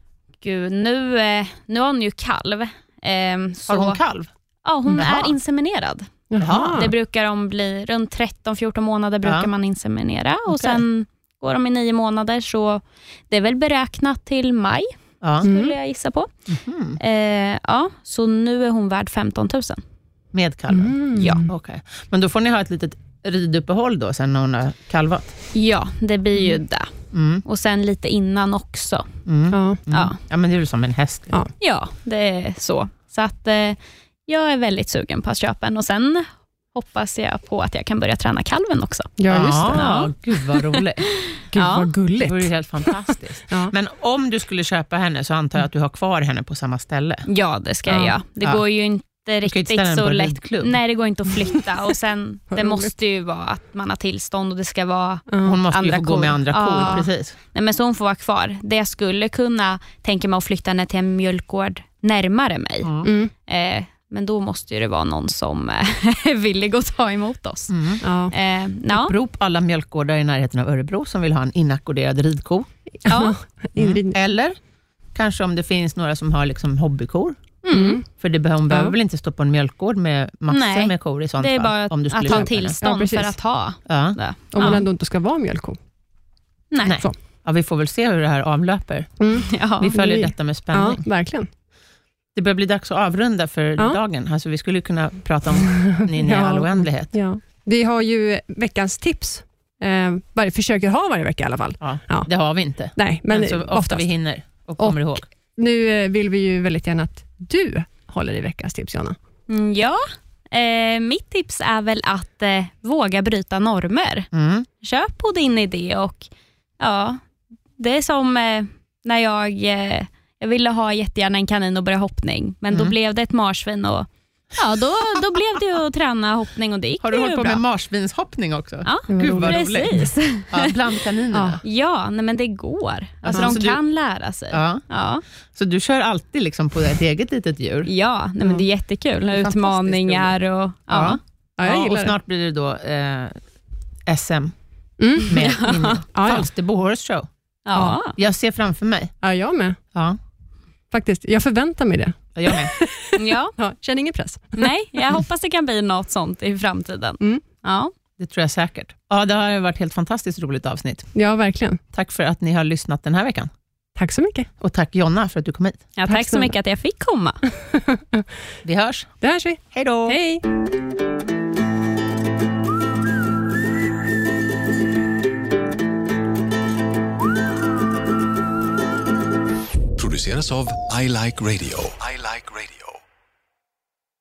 gud, nu, eh, nu har hon ju kalv. Eh, så, Har hon kalv? Ja, hon Jaha. är inseminerad. Jaha. Det brukar de bli, runt tretton fjorton månader brukar Ja. man inseminera. Och Okej. sen går de i nio månader, så det är väl beräknat till maj, Ja. skulle Mm. jag gissa på. Mhm. Eh, ja, så nu är hon värd femton tusen. Med kalven? Mm. Ja. Okej. Men då får ni ha ett litet riduppehåll då, sen när hon har kalvat? Ja, det blir ju det. Mm. Och sen lite innan också. Mm. Ja. Mm. Ja. Ja, men det är ju som en häst. Ja. Ja, det är så. Så att eh, jag är väldigt sugen på att köpa en. Och sen hoppas jag på att jag kan börja träna kalven också. Ja, just det. Ja, gud vad roligt. Gud Ja. vad Det gulligt. vore ju helt fantastiskt. Ja. Men om du skulle köpa henne så antar jag att du har kvar henne på samma ställe. Ja, det ska Ja. jag göra. Det Ja. går ju inte kan ju inte riktigt ställa den på så en lätt. ridklubb. Nej, det går inte att flytta. Och sen, Vad det roligt. måste ju vara att man har tillstånd och det ska vara... Hon måste Andra ju få gå kor. med andra kor, Ja. precis. Nej, men så hon får vara kvar. Det jag skulle kunna tänka mig att flytta henne till en mjölkgård närmare mig. Mm. Eh, men då måste ju det vara någon som eh, är villig att ta emot oss. Mm. Ja. Eh, ja. Upprop alla mjölkgårdar i närheten av Örebro som vill ha en inackorderad ridko. Ja. Inridning. Eller kanske om det finns några som har liksom hobbykor. Mm. För det behöver, hon Ja. behöver väl inte stå på en mjölkgård med massor Nej. med kor i sånt Det är fall. bara om du skulle att ha köpa henne. Ja, tillstånd precis. för att ha Ja. det. Om man Ja. ändå inte ska vara mjölkko. Nej. Nej. Så. Ja, vi får väl se hur det här avlöper. Mm. Ja. Vi följer det- detta med Ja, spänning. verkligen. Det börjar bli dags att avrunda för Ja. dagen. Alltså, vi skulle ju kunna prata om Ninja i Ja. all oändlighet. Ja. Vi har ju veckans tips. Eh, varje, försöker ha varje vecka i alla fall. Ja, Ja. Det har vi inte. Nej, men, Men så ofta oftast. vi hinner och kommer Och- ihåg. Nu eh, vill vi ju väldigt gärna att du håller i veckans tips, Jonna. Mm, ja. Eh, mitt tips är väl att eh, våga bryta normer. Mm. Köp på din idé och ja, det är som eh, när jag eh, jag ville ha jättegärna en kanin och börja hoppning, men då Mm. blev det ett marsvin och ja, då, då blev det ju att träna hoppning och det gick Har du ju hållit på bra. med marsvinshoppning också? Ja, Gud vad roligt. precis. Ja, bland kaninerna. Ja, nej, men det går. Alltså Aha, de så du- kan lära sig. Ja. Ja, Så du kör alltid liksom på ett eget litet djur? ja nej, men det är jättekul. Det är Utmaningar och ja. Ja. Ja, jag Ja, och gillar det. snart blir det då eh, S M Mm. med Ninja. Ja, ja. Falsterbo Horse Show. Ja. Jag ser framför mig. Ja, jag med. Ja, Faktiskt. Jag förväntar mig det. jag med. Ja. Ja, känner ingen press. Nej, jag hoppas det kan bli något sånt i framtiden. Mm. Ja. Det tror jag säkert. Ja, det har varit ett helt fantastiskt roligt avsnitt. Ja, verkligen. Tack för att ni har lyssnat den här veckan. Tack så mycket. Och tack Jonna för att du kom hit. Ja, Tack tack så snälla. mycket att jag fick komma. Vi hörs. Det hörs vi. Hej då! Hej! Produceras av I Like Radio.